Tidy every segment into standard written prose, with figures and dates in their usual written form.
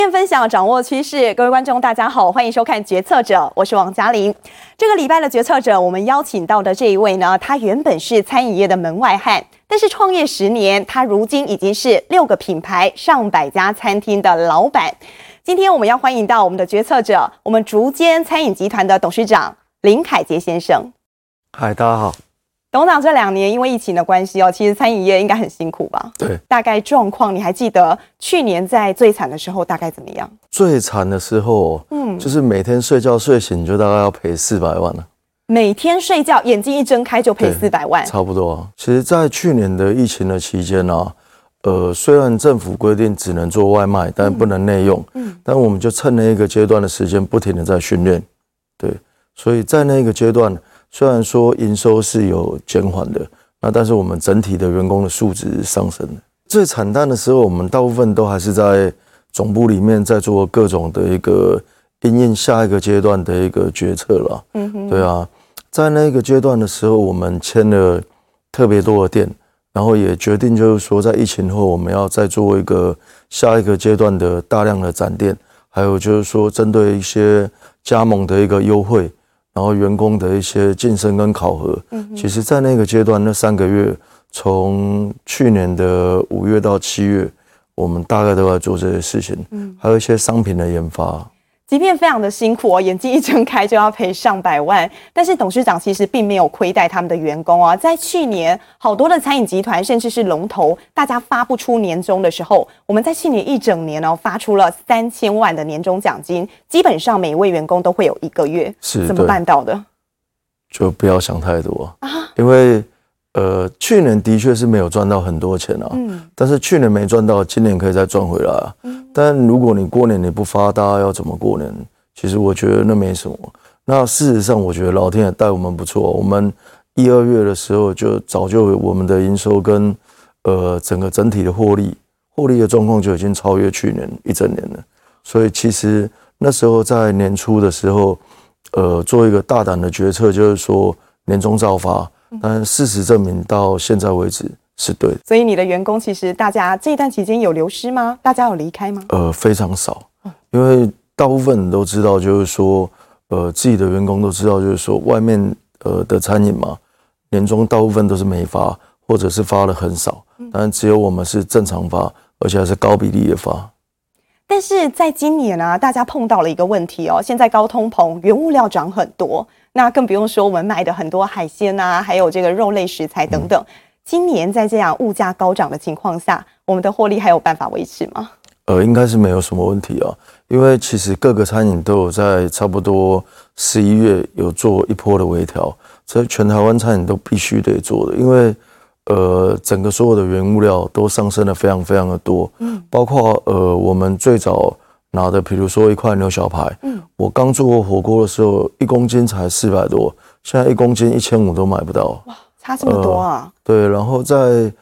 今天分享掌握趋势，各位观众大家好，欢迎收看《决策者》，我是王嘉玲。这个礼拜的决策者，我们邀请到的这一位呢，他原本是餐饮业的门外汉，但是创业10年，他如今已经是6个品牌、上百家餐厅的老板。今天我们要欢迎到我们的决策者，我们竹间餐饮集团的董事长林凯杰先生。 嗨，大家好。 董事长这2年因为疫情的关系其实餐饮业应该很辛苦吧？ 对， 大概状况你还记得去年在最惨的时候大概怎么样？ 最惨的时候，就是每天睡觉睡醒就大概要赔400万了。 每天睡觉眼睛一睁开就赔400万， 差不多。其实，在去年的疫情的期间虽然政府规定只能做外卖，但不能内用，但我们就趁那一个阶段的时间，不停的在训练。对，所以在那个阶段。虽然说营收是有减缓的，但是我们整体的员工的素质是上升的。最惨淡的时候，我们大部分都还是在总部里面在做各种的一个因应下一个阶段的一个决策啦。对啊，在那个阶段的时候，我们签了特别多的店，然后也决定就是说，在疫情后我们要再做一个下一个阶段的大量的展店，还有就是说针对一些加盟的一个优惠。然后员工的一些晋升跟考核，其实在那个阶段那3个月，从去年的5月到7月，我们大概都在做这些事情，还有一些商品的研发。 即便非常的辛苦眼睛一睁开就要赔上百万，但是董事长其实并没有亏待他们的员工在去年好多的餐饮集团甚至是龙头，大家发不出年终的时候，我们在去年1整年发出了3000万的年终奖金，基本上每一位员工都会有1个月，是怎么办到的？ 就不要想太多因为去年的确是没有赚到很多钱但是去年没赚到，今年可以再赚回来但如果你过年你不发，大家要怎么过年？其实我觉得那没什么。那事实上，我觉得老天也带我们不错。我们1、2月的时候就早就我们的营收跟整体的获利的状况就已经超越去年1整年了。所以其实那时候在年初的时候，做一个大胆的决策，就是说年终照发。但事实证明到现在为止是对的。 所以你的员工其实大家这一段期间有流失吗？大家有离开吗？ 非常少，因为大部分人都知道，就是说自己的员工都知道，就是说外面的餐饮嘛，年终大部分都是没发，或者是发的很少，但只有我们是正常发，而且还是高比例的发。 但是在今年大家碰到了一个问题现在高通膨，原物料涨很多，那更不用说我们买的很多海鲜还有这个肉类食材等等。今年在这样物价高涨的情况下，我们的获利还有办法维持吗？ 应该是没有什么问题因为其实各个餐饮都有在差不多11月有做一波的微调，这全台湾餐饮都必须得做的，因为整个所有的原物料都上升了非常非常的多，包括我们最早拿的，比如说1块牛小排，我刚做火锅的时候1公斤才400多，现在1公斤1500都买不到， 哇，差这么多对，然后在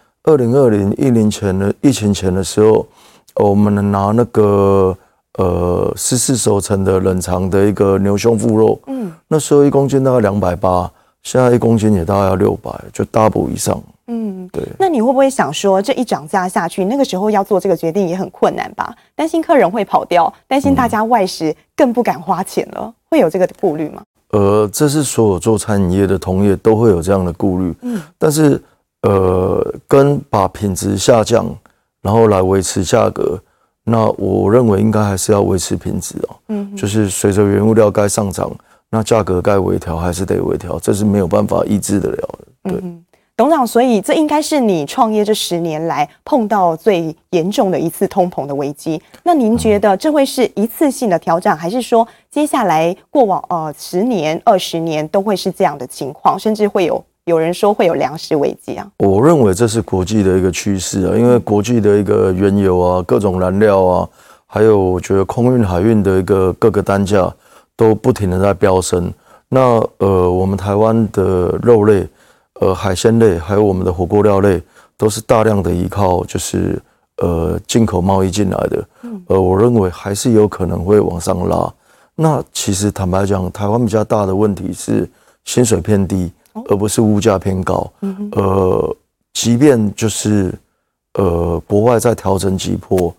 2020前的疫情前的时候，我们能拿那个14熟成的冷藏的一个牛胸腹肉，那时候1公斤大概280，现在1公斤也大概要600，就 double 以上。对。 那你会不会想说，这一涨价下去，那个时候要做这个决定也很困难吧？担心客人会跑掉，担心大家外食更不敢花钱了，会有这个顾虑吗？ 这是所有做餐饮业的同业都会有这样的顾虑。但是跟把品质下降，然后来维持价格，那我认为应该还是要维持品质就是随着原物料该上涨，那价格该微调还是得微调，这是没有办法抑制得了的。对。 董事长，所以这应该是你创业这10年来碰到最严重的一次通膨的危机。那您觉得这会是一次性的调整，还是说接下来过往10年、20年都会是这样的情况，甚至会有人说会有粮食危机我认为这是国际的一个趋势因为国际的一个原油各种燃料还有我觉得空运、海运的一个各个单价都不停的在飙升。那我们台湾的肉类。海鲜类还有我们的火锅料类都是大量的依靠就是进口贸易进来的，我认为还是有可能会往上拉。那其实坦白讲，台湾比较大的问题是薪水偏低，而不是物价偏高。即便就是国外在调整几波，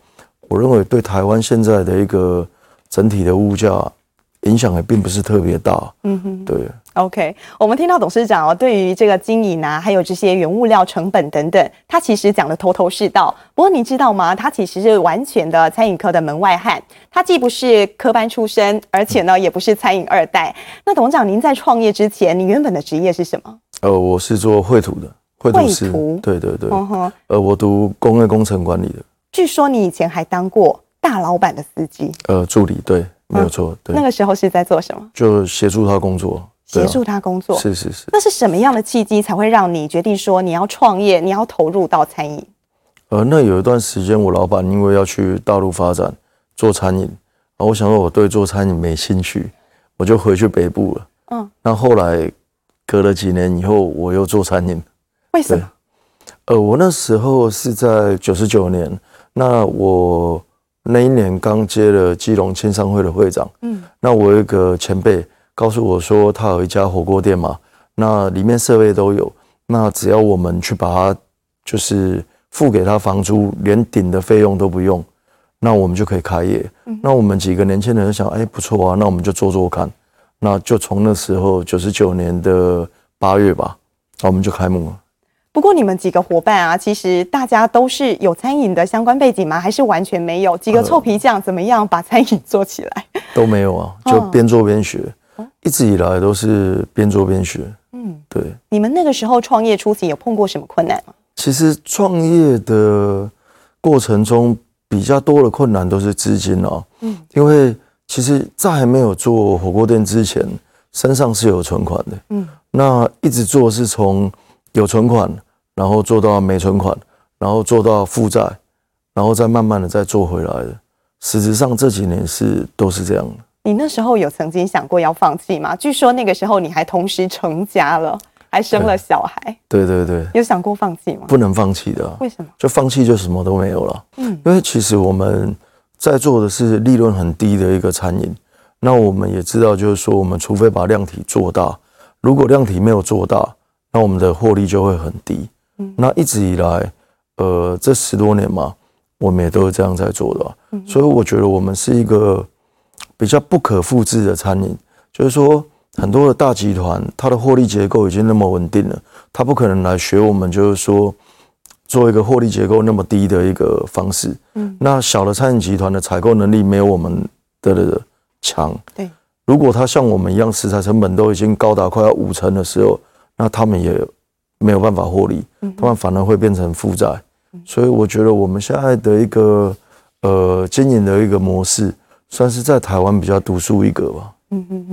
我认为对台湾现在的一个整体的物价影响也并不是特别大。对。 OK， 我们听到董事长对于这个经营啊，还有这些原物料成本等等，他其实讲得头头是道。不过你知道吗？他其实是完全的餐饮科的门外汉，他既不是科班出身，而且呢也不是餐饮二代。那董事长，您在创业之前，你原本的职业是什么？ 我是做绘图的，绘图师。对。我读工业工程管理的。 据说你以前还当过大老板的司机。 助理，对，没有错。对。 那个时候是在做什么？ 就协助他工作。 协助他工作。 是。 那是什么样的契机才会让你决定说你要创业，你要投入到餐饮？ 那有一段时间，我老板因为要去大陆发展做餐饮，我想说我对做餐饮没兴趣，我就回去北部了。那后来隔了几年以后，我又做餐饮。 为什么？ 我那时候是在99年，那我那一年刚接了基隆青商会的会长。那我有一个前辈告诉我说，他有一家火锅店嘛，那里面设备都有，那只要我们去把它就是付给他房租，连顶的费用都不用，那我们就可以开业。那我们几个年轻人就想，不错啊，那我们就做做看。那就从那时候99年的8月吧，我们就开幕了。 不过你们几个伙伴啊，其实大家都是有餐饮的相关背景吗？还是完全没有？几个臭皮匠怎么样把餐饮做起来？ 都没有啊，就边做边学。一直以来都是边做边学。对。 你们那个时候创业初期有碰过什么困难吗？ 其实创业的过程中比较多的困难都是资金啊。因为其实在还没有做火锅店之前，身上是有存款的。那一直做是从有存款，然后做到没存款，然后做到负债，然后再慢慢的再做回来的。实质上这几年都是这样的。 你那时候有曾经想过要放弃吗？据说那个时候你还同时成家了，还生了小孩。 对。 有想过放弃吗？ 不能放弃的。 为什么？ 就放弃就什么都没有了。因为其实我们在做的是利润很低的一个餐饮，那我们也知道，就是说我们除非把量体做大，如果量体没有做大，那我们的获利就会很低。那一直以来，这10多年嘛，我们也都是这样在做的。所以我觉得我们是一个比较不可复制的餐饮，就是说很多的大集团，它的获利结构已经那么稳定了，它不可能来学我们，就是说做一个获利结构那么低的一个方式。那小的餐饮集团的采购能力没有我们的强。对。如果他像我们一样，食材成本都已经高达快要50%的时候，那他们也没有办法获利，他们反而会变成负债。所以我觉得我们现在的一个经营的一个模式，算是在台湾比较独树一格吧。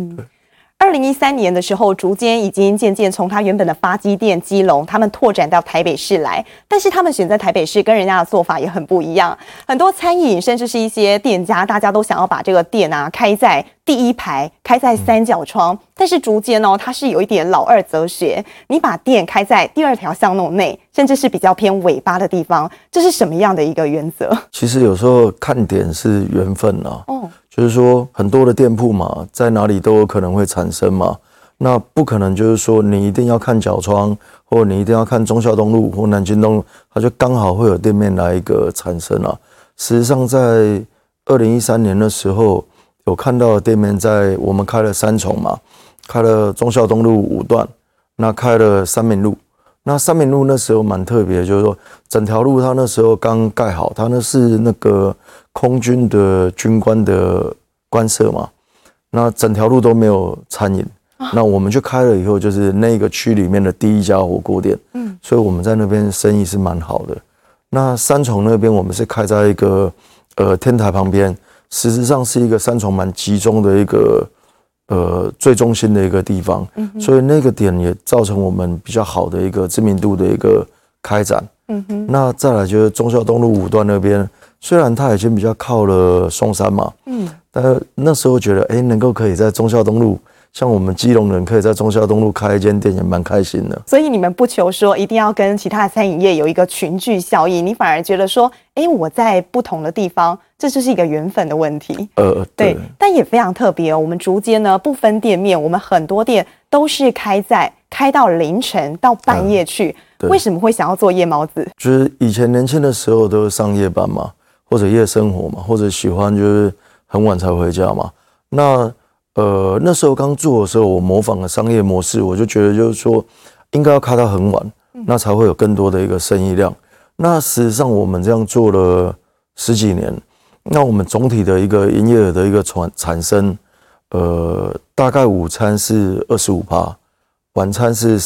2013年的时候，竹间已经渐渐从他原本的发基店基隆，他们拓展到台北市来。但是他们选择台北市，跟人家的做法也很不一样。很多餐饮，甚至是一些店家，大家都想要把这个店啊开在第一排，开在三角窗。但是竹间它是有一点老二哲学，你把店开在第2条巷弄内，甚至是比较偏尾巴的地方，这是什么样的一个原则？ 其实有时候看点是缘分啊。就是说很多的店铺嘛，在哪里都有可能会产生嘛，那不可能就是说你一定要看角窗，或者你一定要看忠孝东路或南京东路，它就刚好会有店面来一个产生啊。实际上在2013年的时候，有看到的店面在我们开了3重嘛，开了忠孝东路5段，那开了三民路。那三民路那时候蛮特别，就是说整条路它那时候刚盖好，它那是那个空军的军官的官舍嘛，那整条路都没有餐饮。那我们就开了以后，就是那个区里面的第一家火锅店。所以我们在那边生意是蛮好的。那三重那边我们是开在一个天台旁边，实质上是一个三重蛮集中的一个最中心的一个地方，所以那个点也造成我们比较好的一个知名度的一个开展。那再来就是忠孝东路5段那边，虽然它已经比较靠了松山嘛，但是那时候觉得能够可以在忠孝东路，像我们基隆人可以在忠孝东路开一间店也蛮开心的。 所以你们不求说一定要跟其他的餐饮业有一个群聚效应，你反而觉得说我在不同的地方，这就是一个缘分的问题。对，但也非常特别哦。我们竹间呢不分店面，我们很多店都是开到凌晨到半夜去。为什么会想要做夜猫子？ 就是以前年轻的时候都是上夜班嘛， 或者夜生活嘛，或者喜欢就是很晚才回家嘛。那时候刚做的时候，我模仿了商业模式，我就觉得就是说应该要开到很晚，那才会有更多的一个生意量。那事实上我们这样做了10几年，那我们总体的一个营业额的一个产生，大概午餐是25%，晚餐是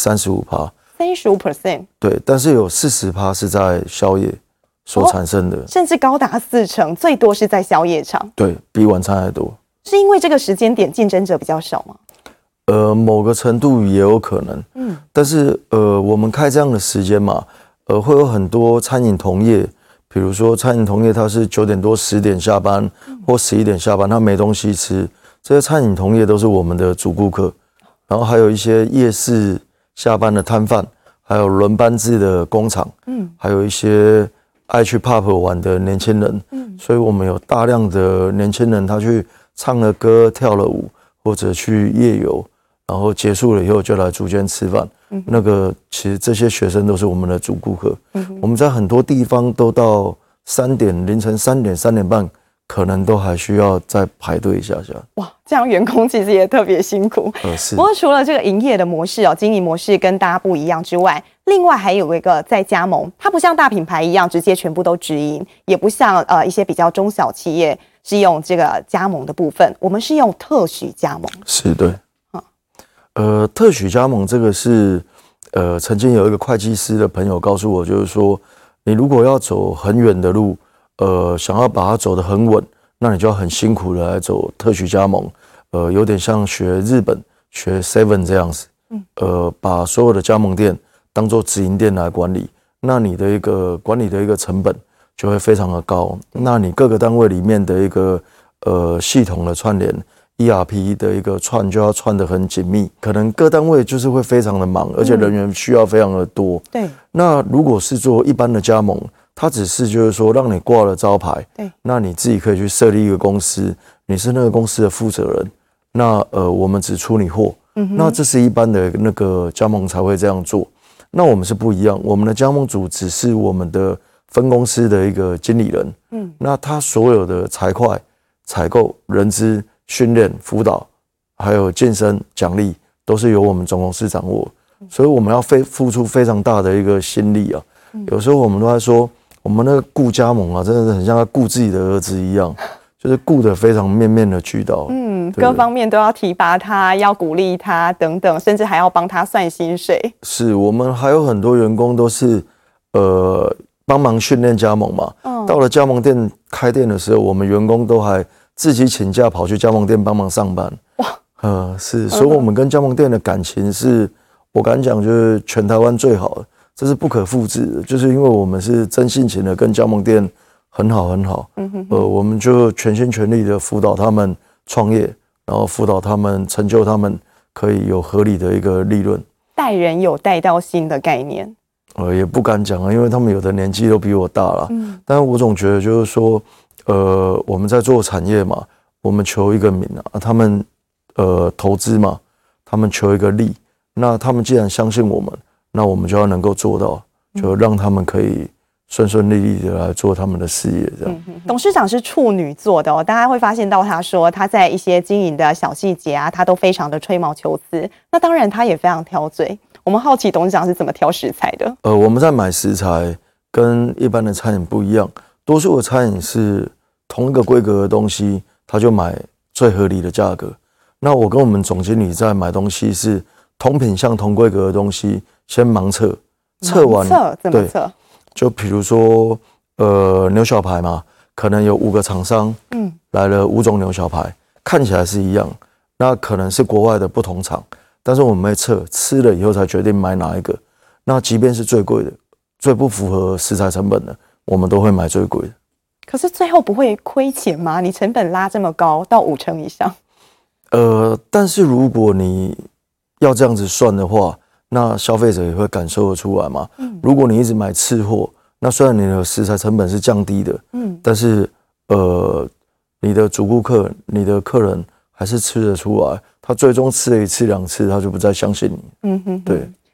35%，35%，对，但是有40%是在宵夜所产生的， 甚至高达40%，最多是在宵夜场， 对比晚餐还多。 是因为这个时间点竞争者比较少吗？ 某个程度也有可能，但是我们开这样的时间嘛，会有很多餐饮同业，比如说餐饮同业他是9点多10点下班，或11点下班，他没东西吃，这些餐饮同业都是我们的主顾客。然后还有一些夜市下班的摊贩，还有轮班制的工厂，还有一些爱去 pub 玩的年轻人，所以我们有大量的年轻人，他去唱了歌、跳了舞，或者去夜游，然后结束了以后就来竹间吃饭。那个其实这些学生都是我们的主顾客。我们在很多地方都到凌晨3点、3点半，可能都还需要再排队一下下。 哇，这样员工其实也特别辛苦。 是。 不过除了这个营业的模式经营模式跟大家不一样之外，另外还有一个在加盟，它不像大品牌一样直接全部都直营，也不像一些比较中小企业是用这个加盟的部分，我们是用特许加盟。 是，对。特许加盟这个是曾经有一个会计师的朋友告诉我，就是说你如果要走很远的路，想要把它走得很稳，那你就要很辛苦的来走特许加盟，有点像学日本学 Seven 这样子，把所有的加盟店当做直营店来管理，那你的一个管理的一个成本就会非常的高，那你各个单位里面的一个系统的串联。ERP 的一个串就要串得很紧密，可能各单位就是会非常的忙，而且人员需要非常的多。 对。 那如果是做一般的加盟，它只是就是说让你挂了招牌， 对。 那你自己可以去设立一个公司，你是那个公司的负责人。那我们只出你货，那这是一般的那个加盟才会这样做。那我们是不一样，我们的加盟主只是我们的分公司的一个经理人。那他所有的财会、采购、人资、训练、辅导，还有健身奖励，都是由我们总公司掌握，所以我们要付出非常大的一个心力啊。有时候我们都在说，我们那个顾加盟啊，真的是很像他顾自己的儿子一样，就是顾得非常面面的俱到。 各方面都要提拔他，要鼓励他等等，甚至还要帮他算薪水。 是我们还有很多员工都是帮忙训练加盟嘛。到了加盟店开店的时候，我们员工都还自己请假跑去加盟店帮忙上班。哇，是，所以我们跟加盟店的感情是，我敢讲就是全台湾最好的，这是不可复制的，就是因为我们是真性情的跟加盟店很好很好。我们就全心全力的辅导他们创业，然后辅导他们成就他们可以有合理的一个利润。 带人有带到心的概念。 也不敢讲啊，因为他们有的年纪都比我大了。但是我总觉得就是说，我们在做产业嘛，我们求一个名啊，他们投资嘛，他们求一个利。那他们既然相信我们，那我们就要能够做到，就让他们可以顺顺利利的来做他们的事业。这样。 董事长是处女座的大家会发现到他说他在一些经营的小细节啊，他都非常的吹毛求疵。那当然他也非常挑嘴。我们好奇董事长是怎么挑食材的？ 我们在买食材跟一般的餐饮不一样，多数的餐饮是同一个规格的东西，他就买最合理的价格。那我跟我们总经理在买东西是同品项同规格的东西，先盲测，测完怎么测？ 就比如说牛小排嘛，可能有5个厂商，来了5种牛小排，看起来是一样，那可能是国外的不同厂。但是我们会测，吃了以后才决定买哪一个。那即便是最贵的、最不符合食材成本的，我们都会买最贵的。 可是最后不会亏钱吗？你成本拉这么高，到5成以上。 但是如果你要这样子算的话，那消费者也会感受得出来嘛。如果你一直买次货，那虽然你的食材成本是降低的，但是你的主顾客、你的客人还是吃得出来。他最终吃了1次2次，他就不再相信你。对。 不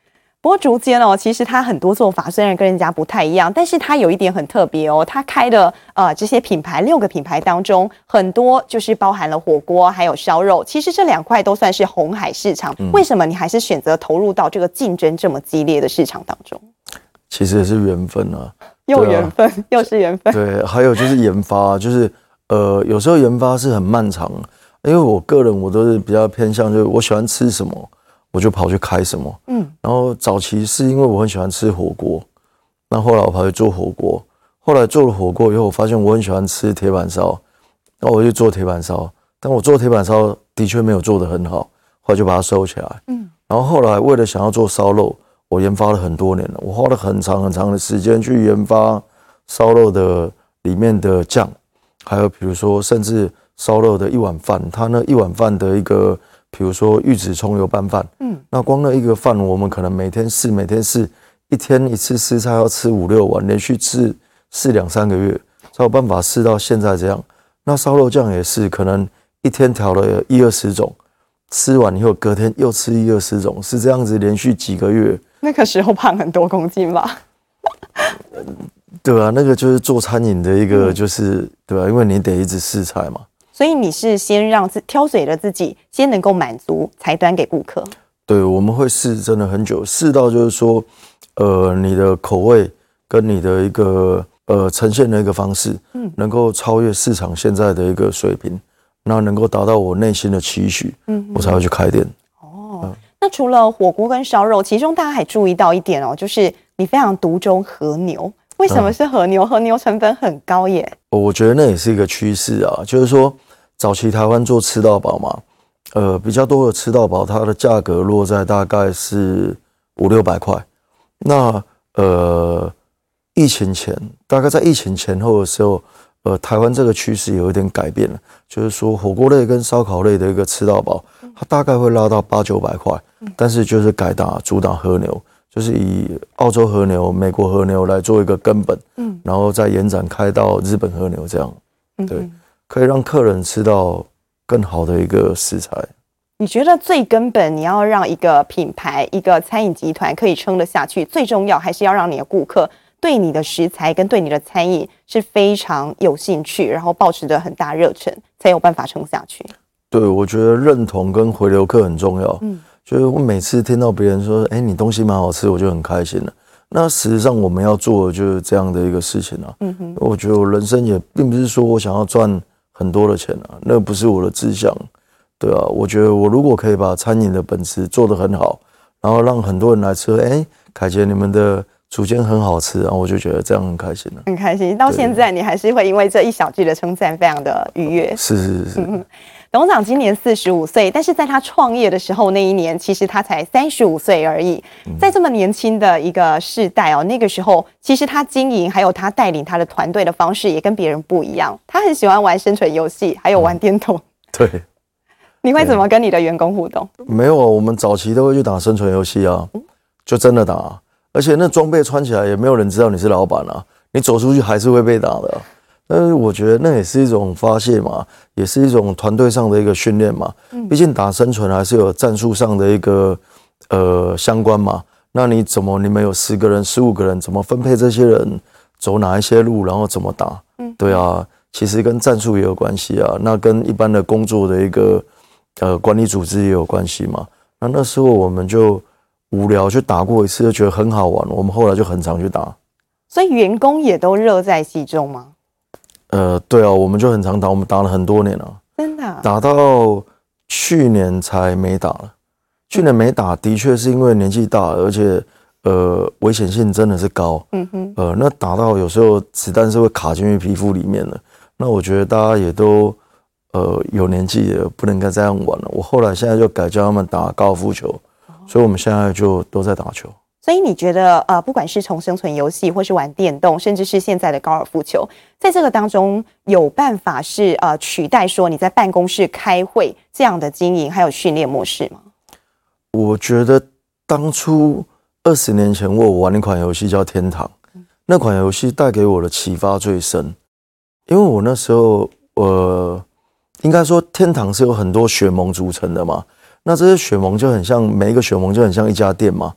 不过竹间其实它很多做法虽然跟人家不太一样，但是它有一点很特别它开的这些品牌6个品牌当中，很多就是包含了火锅还有烧肉，其实这2块都算是红海市场。为什么你还是选择投入到这个竞争这么激烈的市场当中？ 其实也是缘分啊， 又缘分，又是缘分。 对，还有就是研发，就是有时候研发是很漫长，因为我个人我都是比较偏向，就是我喜欢吃什么，我就跑去开什么。然后早期是因为我很喜欢吃火锅，那后来我跑去做火锅，后来做了火锅以后，我发现我很喜欢吃铁板烧，那我就做铁板烧，但我做铁板烧的确没有做得很好，后来就把它收起来。然后后来为了想要做烧肉，我研发了很多年了，我花了很长很长的时间去研发烧肉的里面的酱，还有比如说甚至烧肉的一碗饭，它那一碗饭的一个，比如说玉子葱油拌饭，那光那一个饭我们可能每天试，一天一次试菜要吃5、6碗，连续试2、3个月，才有办法试到现在这样。那烧肉酱也是，可能一天调了10、20种，吃完以后隔天又吃10、20种，是这样子连续几个月。 那个时候胖很多公斤吧？ 对啊，那个就是做餐饮的一个，就是对啊，因为你得一直试菜嘛。 所以你是先让挑嘴的自己先能够满足，才端给顾客。 对，我们会试真的很久，试到就是说，你的口味跟你的一个呈现的一个方式，能够超越市场现在的一个水平，那能够达到我内心的期许，我才会去开店。 那除了火锅跟烧肉，其中大家还注意到一点就是你非常独钟和牛。为什么是和牛？和牛成本很高耶。 我觉得那也是一个趋势啊，就是说早期台湾做吃到饱嘛，比较多的吃到饱，它的价格落在大概是500、600块。那疫情前，大概在疫情前后的时候，台湾这个趋势有一点改变了，就是说火锅类跟烧烤类的一个吃到饱，它大概会拉到800、900块，但是就是主打和牛，就是以澳洲和牛、美国和牛来做一个根本，然后再延展开到日本和牛这样，对，可以让客人吃到更好的一个食材。 你觉得最根本，你要让一个品牌、一个餐饮集团可以撑得下去，最重要还是要让你的顾客对你的食材跟对你的餐饮是非常有兴趣，然后抱持着很大热忱，才有办法撑下去。 对，我觉得认同跟回流客很重要。就是我每次听到别人说，你东西蛮好吃，我就很开心了。那事实上我们要做的就是这样的一个事情啊。我觉得我人生也并不是说我想要赚很多的钱啊，那不是我的志向。对啊，我觉得我如果可以把餐饮的本质做得很好，然后让很多人来吃，凯杰你们的竹间很好吃，然后我就觉得这样很开心了。 很开心，到现在你还是会因为这一小句的称赞非常的愉悦。 是。 董事长今年45岁，但是在他创业的时候那一年，其实他才35岁而已。在这么年轻的一个世代那个时候，其实他经营还有他带领他的团队的方式也跟别人不一样。他很喜欢玩生存游戏，还有玩电动。 对。 你会怎么跟你的员工互动？ 没有啊，我们早期都会去打生存游戏啊，就真的打而且那装备穿起来也没有人知道你是老板啊，你走出去还是会被打的但是我觉得那也是一种发泄嘛，也是一种团队上的一个训练嘛。毕竟打生存还是有战术上的一个相关嘛。那你们有10个人、15个人，怎么分配这些人，走哪一些路，然后怎么打？对啊，其实跟战术也有关系啊。那跟一般的工作的一个管理组织也有关系嘛。那时候我们就无聊去打过一次，就觉得很好玩，我们后来就很常去打。 所以员工也都乐在其中吗？ 对啊，我们就很常打，我们打了很多年了， 真的打到去年才没打了。去年没打，的确是因为年纪大了，而且危险性真的是高。那打到有时候子弹是会卡进去皮肤里面的。那我觉得大家也都有年纪了，不能再这样玩了。我后来现在就改教他们打高尔夫球，所以我们现在就都在打球。 所以你觉得不管是从生存游戏，或是玩电动，甚至是现在的高尔夫球，在这个当中有办法是取代说你在办公室开会这样的经营还有训练模式吗？ 我觉得当初20年前我有玩一款游戏叫天堂，那款游戏带给我的启发最深，因为我那时候应该说天堂是有很多血盟组成的嘛，那这些血盟就很像每一个血盟就很像一家店嘛。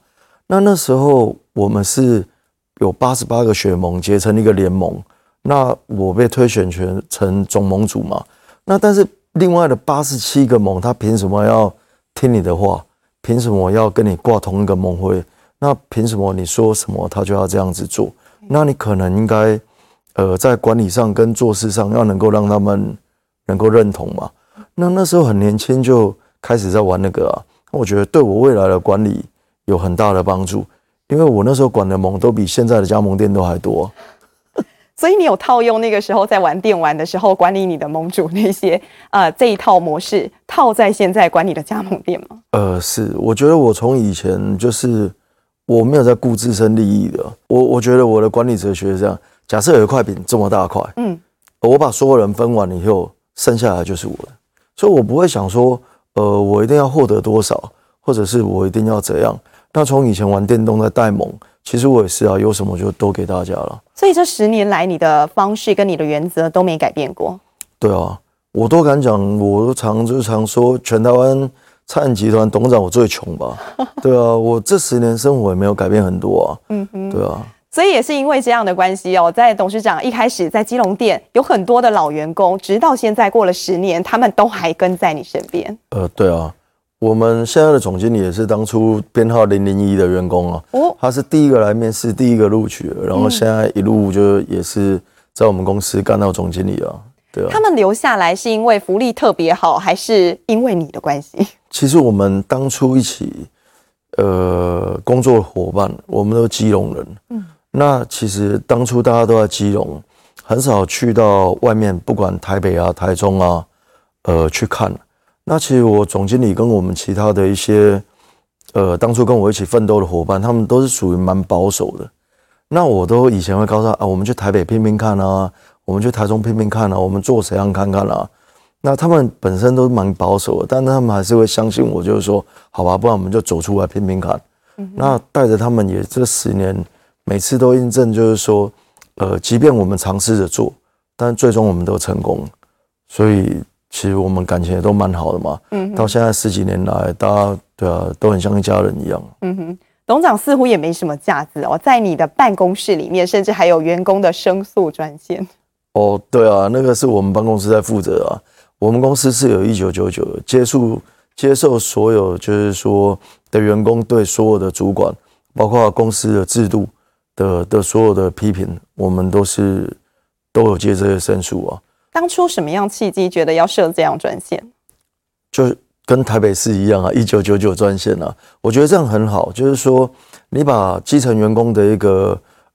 那时候我们是有88个学盟结成一个联盟，那我被推选成总盟主嘛。那但是另外的87个盟，他凭什么要听你的话？凭什么要跟你挂同一个盟会？那凭什么你说什么他就要这样子做？那你可能应该在管理上跟做事上要能够让他们能够认同嘛。那时候很年轻就开始在玩那个啊，我觉得对我未来的管理有很大的帮助，因为我那时候管的盟都比现在的加盟店都还多啊。 所以你有套用那个时候在玩电玩的时候管理你的盟主那些这一套模式套在现在管理的加盟店吗？ 是，我觉得我从以前就是我没有在顾自身利益的，我觉得我的管理哲学是这样：假设有一块饼这么大块，我把所有人分完以后，剩下来就是我的，所以我不会想说，我一定要获得多少，或者是我一定要怎样。那从以前玩电动在带盟，其实我也是啊，有什么就都给大家了。 所以这10年来，你的方式跟你的原则都没改变过。 对啊，我都敢讲，我都常说，全台湾餐饮集团董事长我最穷吧？对啊，我这10年生活也没有改变很多啊。对啊。 所以也是因为这样的关系哦，在董事长一开始在基隆店有很多的老员工，直到现在过了10年，他们都还跟在你身边。 对啊。我们现在的总经理也是当初编号001的员工啊，他是第一个来面试，第一个录取的，然后现在一路就也是在我们公司干到总经理啊，对啊。 他们留下来是因为福利特别好，还是因为你的关系？ 其实我们当初一起工作的伙伴，我们都基隆人，那其实当初大家都在基隆，很少去到外面，不管台北啊、台中啊，去看。那其实我总经理跟我们其他的一些当初跟我一起奋斗的伙伴，他们都是属于蛮保守的。那我都以前会告诉他啊，我们去台北拼拼看啊，我们去台中拼拼看啊，我们做怎样看看啊。那他们本身都蛮保守的，但他们还是会相信我，就是说好吧，不然我们就走出来拼拼看。那带着他们也这10年，每次都印证，就是说即便我们尝试着做，但最终我们都成功。所以其实我们感情也都蛮好的嘛，到现在10几年来，大家对啊都很像一家人一样。 董事长似乎也没什么架子哦，在你的办公室里面，甚至还有员工的申诉专线。 哦，对啊，那个是我们办公室在负责啊。我们公司是有1999接受所有就是说的员工对所有的主管，包括公司的制度的所有的批评，我们都有接这些申诉啊。 当初什么样契机觉得要设这样专线？ 就跟台北市一样啊，1999专线啊，我觉得这样很好，就是说你把基层员工的一个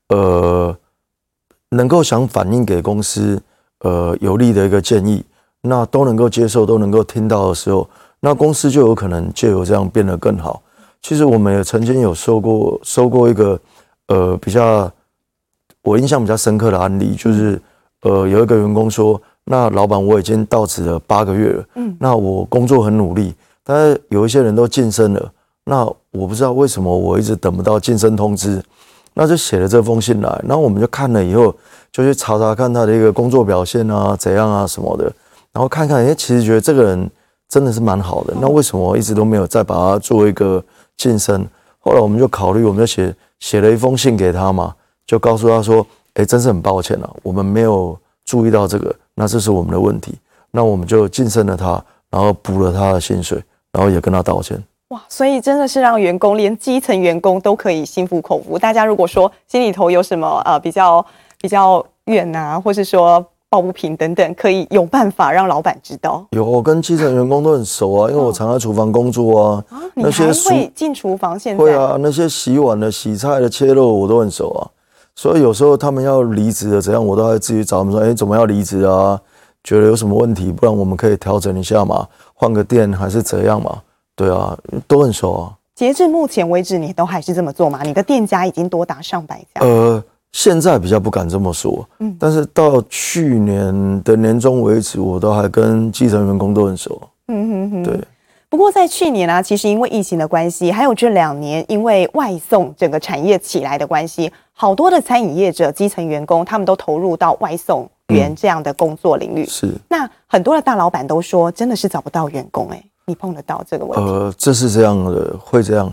能够想反映给公司有利的一个建议，那都能够接受，都能够听到的时候，那公司就有可能借由这样变得更好。其实我们也曾经有收过一个比较我印象比较深刻的案例，就是有一个员工说，那老板我已经到职了8个月了，那我工作很努力，但是有一些人都晋升了，那我不知道为什么我一直等不到晋升通知，那就写了这封信来，然后我们就看了以后，就去查看他的一个工作表现啊，怎样啊什么的，然后看看，其实觉得这个人真的是蛮好的，那为什么一直都没有再把他做一个晋升？后来我们就考虑，我们就写了一封信给他嘛，就告诉他说，真是很抱歉啊，我们没有注意到这个，那这是我们的问题，那我们就晋升了他，然后补了他的薪水，然后也跟他道歉。 哇，所以真的是让员工，连基层员工都可以心服口服。大家如果说心里头有什么比较怨啊，或是说抱不平等等，可以有办法让老板知道。 有，我跟基层员工都很熟啊，因为我常在厨房工作啊。 你还会进厨房？现在会啊，那些洗碗的、洗菜的、切肉我都很熟啊。所以有时候他们要离职的怎样，我都会自己找他们说，怎么要离职啊？觉得有什么问题，不然我们可以调整一下嘛，换个店还是怎样嘛？对啊，都很熟啊。 截至目前为止，你都还是这么做吗？你的店家已经多达上百家。 现在比较不敢这么说，但是到去年的年终为止，我都还跟基层员工都很熟。对。 不过在去年啊，其实因为疫情的关系，还有这2年因为外送整个产业起来的关系，好多的餐饮业者、基层员工，他们都投入到外送员这样的工作领域。 是。 那很多的大老板都说，真的是找不到员工。你碰得到这个问题？ 这是这样的，会这样。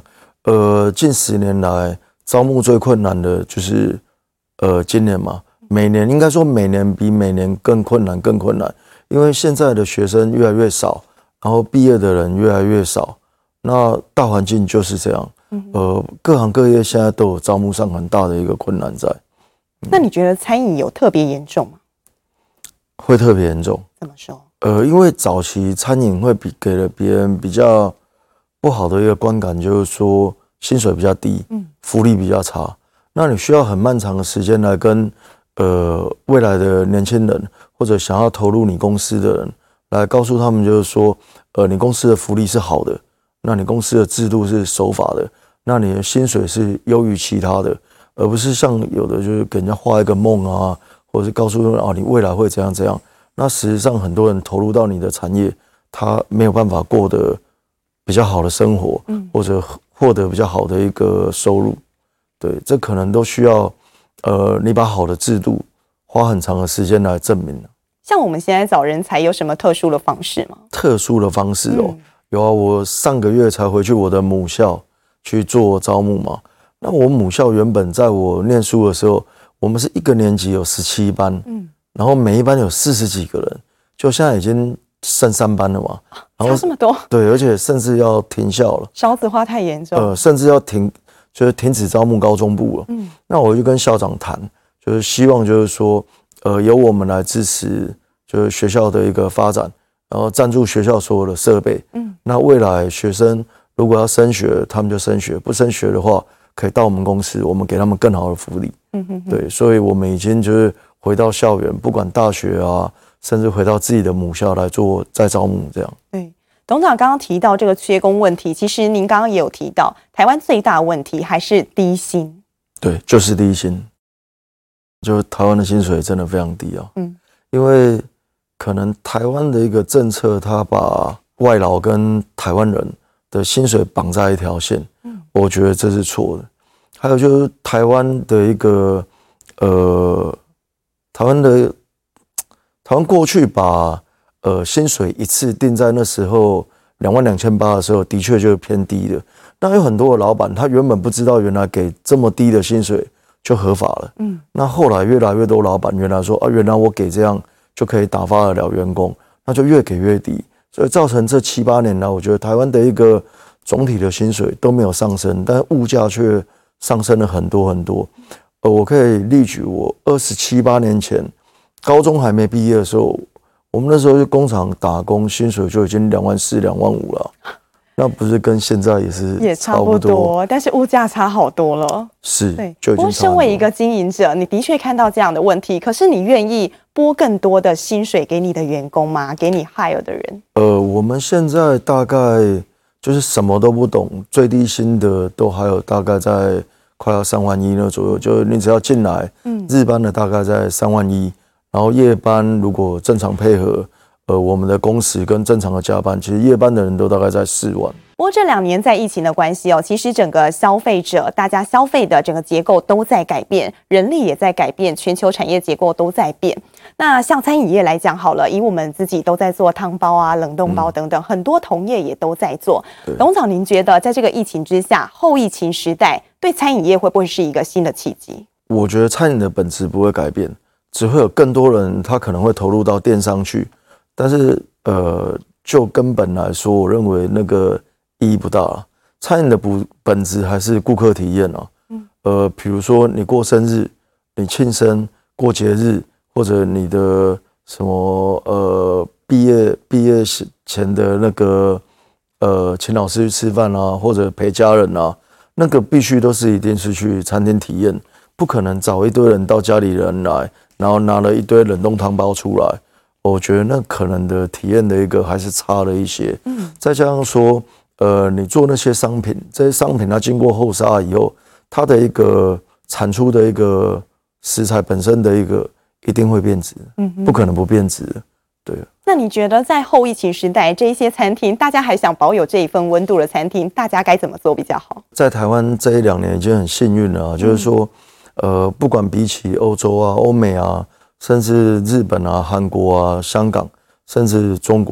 近10年来招募最困难的就是今年嘛，每年应该说每年比每年更困难，因为现在的学生越来越少，然后毕业的人越来越少，那大环境就是这样。各行各业现在都有招募上很大的一个困难在。 那你觉得餐饮有特别严重吗？ 会特别严重。 怎么说？ 因为早期餐饮会给了别人比较不好的一个观感，就是说薪水比较低，福利比较差。那你需要很漫长的时间来跟未来的年轻人或者想要投入你公司的人来告诉他们，就是说你公司的福利是好的，那你公司的制度是守法的，那你的薪水是优于其他的，而不是像有的就是给人家画一个梦啊，或者是告诉你未来会怎样怎样。那事实上很多人投入到你的产业，他没有办法过得比较好的生活，或者获得比较好的一个收入。对，这可能都需要你把好的制度花很长的时间来证明。 像我们现在找人才有什么特殊的方式吗？ 特殊的方式有啊，我上个月才回去我的母校去做招募嘛。那我母校原本在我念书的时候，我们是一个年级有17班，然后每一班有40几个人，就现在已经剩3班了嘛。然后差这么多？ 对，而且甚至要停校了， 少子化太严重。 甚至要就是停止招募高中部了。那我就跟校长谈，就是希望就是说，由我们来支持，就是学校的一个发展，然后赞助学校所有的设备。那未来学生如果要升学，他们就升学；不升学的话，可以到我们公司，我们给他们更好的福利。对，所以我们已经就是回到校园，不管大学啊，甚至回到自己的母校来做再招募这样。 对。董事长刚刚提到这个缺工问题，其实您刚刚也有提到，台湾最大的问题还是低薪。 对，就是低薪，就台湾的薪水真的非常低啊。因为可能台湾的一个政策，它把外劳跟台湾人的薪水绑在一条线，我觉得这是错的。还有就是台湾的一个台湾过去把薪水一次定在那时候22800的时候，的确就是偏低的。那有很多的老板，他原本不知道原来给这么低的薪水就合法了。那后来越来越多老板原来说原来我给这样就可以打发得了员工，那就越给越低，所以造成这7、8年来，我觉得台湾的一个总体的薪水都没有上升，但物价却上升了很多很多。我可以例举我27、8年前高中还没毕业的时候，我们那时候去工厂打工，薪水就已经24000、25000了，那不是跟现在也差不多， 但是物价差好多了。 是， 对。 就已经差不多。 不过身为一个经营者，你的确看到这样的问题，可是你愿意拨更多的薪水给你的员工吗？给你 hire 的人？ 我们现在大概就是什么都不懂，最低薪的都还有大概在快要3万1那左右，就是你只要进来，日班的大概在3万1。然后夜班如果正常配合，我们的工时跟正常的加班，其实夜班的人都大概在4万。 不过这2年在疫情的关系其实整个消费者大家消费的整个结构都在改变，人力也在改变，全球产业结构都在变。那像餐饮业来讲好了，以我们自己都在做汤包啊、冷冻包等等，很多同业也都在做。董事长，您觉得在这个疫情之下，后疫情时代对餐饮业会不会是一个新的契机？ 我觉得餐饮的本质不会改变，只会有更多人他可能会投入到电商去，但是就根本来说，我认为那个意义不大了。餐饮的本质还是顾客体验比如说你过生日、你庆生、过节日，或者你的什么毕业前的那个请老师去吃饭啊，或者陪家人啊，那个必须都是一定是去餐厅体验，不可能找一堆人到家里人来，然后拿了一堆冷冻汤包出来。我觉得那可能的体验的一个还是差了一些。再加上说，你做那些商品，这些商品它经过后杀以后，它的一个产出的一个食材本身的一个一定会变质，不可能不变质的。对。 那你觉得在后疫情时代，这一些餐厅，大家还想保有这一份温度的餐厅，大家该怎么做比较好？ 在台湾这1、2年已经很幸运了就是说，不管比起欧洲啊、欧美啊，甚至日本啊、韩国啊、香港，甚至中国，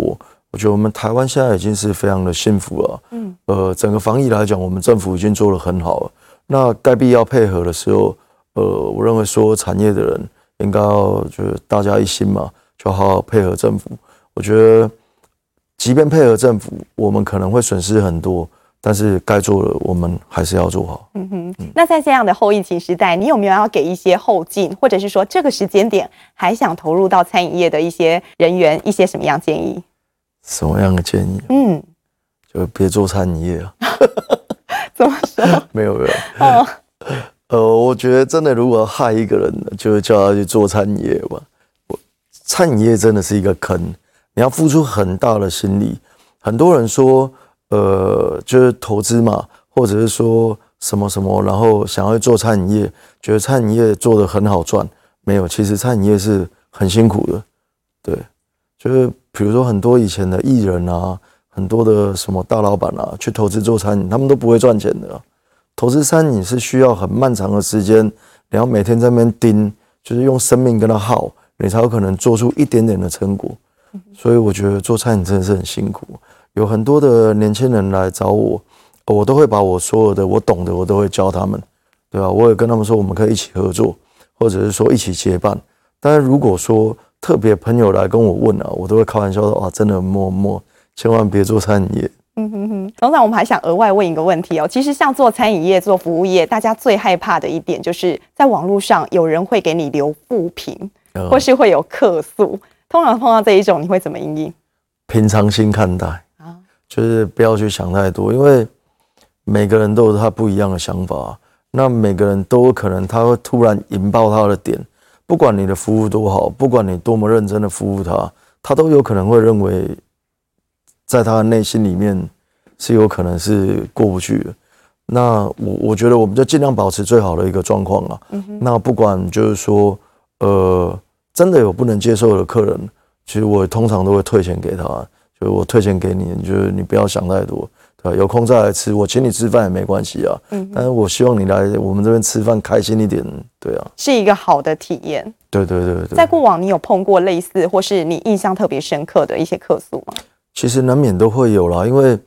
我觉得我们台湾现在已经是非常的幸福了。整个防疫来讲，我们政府已经做得很好了。那该必要配合的时候，我认为说产业的人应该要就是大家一心嘛，就好好配合政府。我觉得，即便配合政府，我们可能会损失很多，但是该做的我们还是要做好。 那在这样的后疫情时代，你有没有要给一些后进，或者是说这个时间点还想投入到餐饮业的一些人员一些什么样建议？ 什么样的建议？就别做餐饮业啊。 怎么说？ 没有。我觉得真的，如果要害一个人，就叫他去做餐饮业吧。餐饮业真的是一个坑，你要付出很大的心力。很多人说，就是投资嘛，或者是说什么什么，然后想要做餐饮业，觉得餐饮业做得很好赚，没有，其实餐饮业是很辛苦的。对，就是比如说很多以前的艺人啊，很多的什么大老板啊，去投资做餐饮，他们都不会赚钱的啊。投资餐饮是需要很漫长的时间，你要每天在那边盯，就是用生命跟他耗，你才有可能做出一点点的成果。所以我觉得做餐饮真的是很辛苦。有很多的年轻人来找我，我都会把我所有的我懂的我都会教他们，对吧？我也跟他们说我们可以一起合作，或者是说一起结伴。但是如果说特别朋友来跟我问啊，我都会开玩笑说啊，真的千万别做餐饮业。 董事长，我们还想额外问一个问题哦。其实像做餐饮业、做服务业，大家最害怕的一点就是在网络上有人会给你留负评，或是会有客诉。通常碰到这一种，你会怎么因应？ 平常心看待，就是不要去想太多，因为每个人都有他不一样的想法，那每个人都有可能他会突然引爆他的点。不管你的服务多好，不管你多么认真的服务他，他都有可能会认为，在他的内心里面是有可能是过不去的。那我觉得我们就尽量保持最好的一个状况了。那不管就是说，真的有不能接受的客人，其实我通常都会退钱给他，就是我退钱给你，就是你不要想太多，对吧？有空再来吃，我请你吃饭也没关系啊。但是我希望你来我们这边吃饭开心一点，对啊， 是一个好的体验。对。在过往你有碰过类似或是你印象特别深刻的一些客诉吗？ 其实难免都会有啦，因为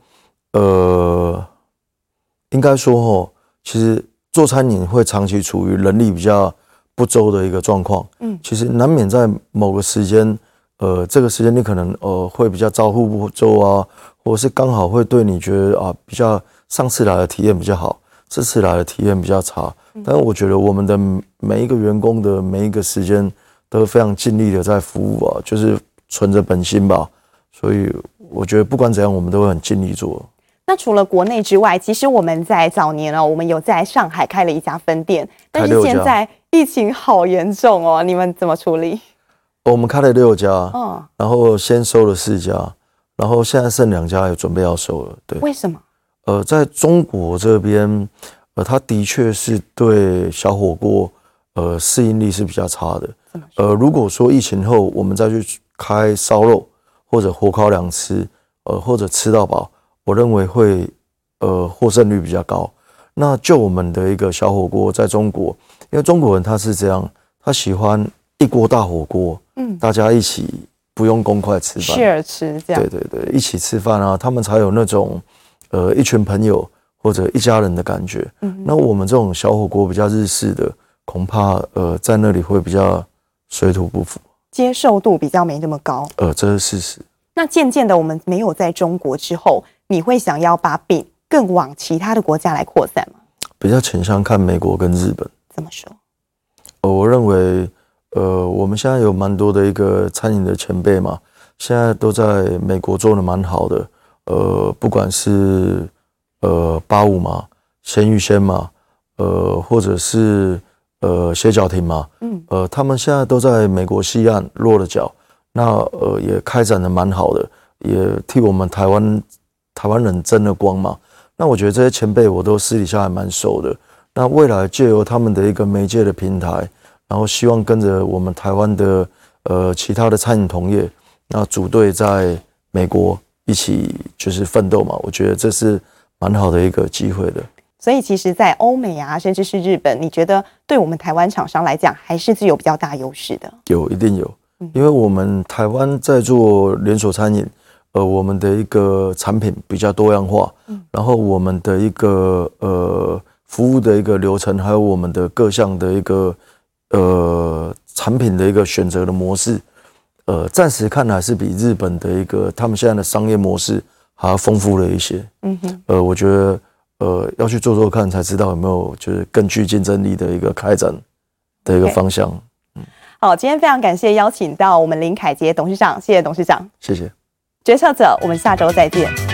应该说其实做餐饮会长期处于人力比较不周的一个状况。其实难免在某个时间，这个时间你可能会比较招呼不周啊，或者是刚好会对你觉得啊比较上次来的体验比较好，这次来的体验比较差。但是我觉得我们的每一个员工的每一个时间都非常尽力的在服务啊，就是存着本心吧。所以我觉得不管怎样，我们都会很尽力做。 那除了国内之外，其实我们在早年我们有在上海开了一家分店，但是现在疫情好严重哦，你们怎么处理？ 我们开了6家，然后先收了4家，然后现在剩2家也准备要收了。对， 为什么？ 在中国这边，它的确是对小火锅，适应力是比较差的。如果说疫情后我们再去开烧肉或者火烤2吃，或者吃到饱，我认为会获胜率比较高。那就我们的一个小火锅，在中国，因为中国人他是这样，他喜欢一锅大火锅，大家一起不用公筷吃饭 ，share 吃这样， 对，一起吃饭啊，他们才有那种一群朋友或者一家人的感觉。那我们这种小火锅比较日式的，恐怕在那里会比较水土不服， 接受度比较没那么高。 这是事实。 那渐渐的，我们没有在中国之后，你会想要把饼更往其他的国家来扩散吗？ 比较倾向看美国跟日本。 怎么说？ 我认为，我们现在有蛮多的一个餐饮的前辈嘛，现在都在美国做的蛮好的。不管是85嘛、鲜芋仙嘛，或者是歇脚亭嘛，他们现在都在美国西岸落了脚。那也开展的蛮好的，也替我们台湾人争了光嘛。那我觉得这些前辈我都私底下还蛮熟的。那未来借由他们的一个媒介的平台，然后希望跟着我们台湾的其他的餐饮同业，那组队在美国一起就是奋斗嘛。我觉得这是蛮好的一个机会的。 所以其实，在欧美啊，甚至是日本，你觉得对我们台湾厂商来讲，还是具有比较大优势的？ 一定有。因为我们台湾在做连锁餐饮， 我们的一个产品比较多样化，然后我们的一个服务的一个流程，还有我们的各项的一个产品的一个选择的模式，暂时看还是比日本的一个他们现在的商业模式还要丰富了一些。我觉得要去做做看，才知道有没有就是更具竞争力的一个开展的一个方向。 好，今天非常感谢邀请到我们林凯杰董事长，谢谢董事长， 谢谢。 决策者，我们下周再见。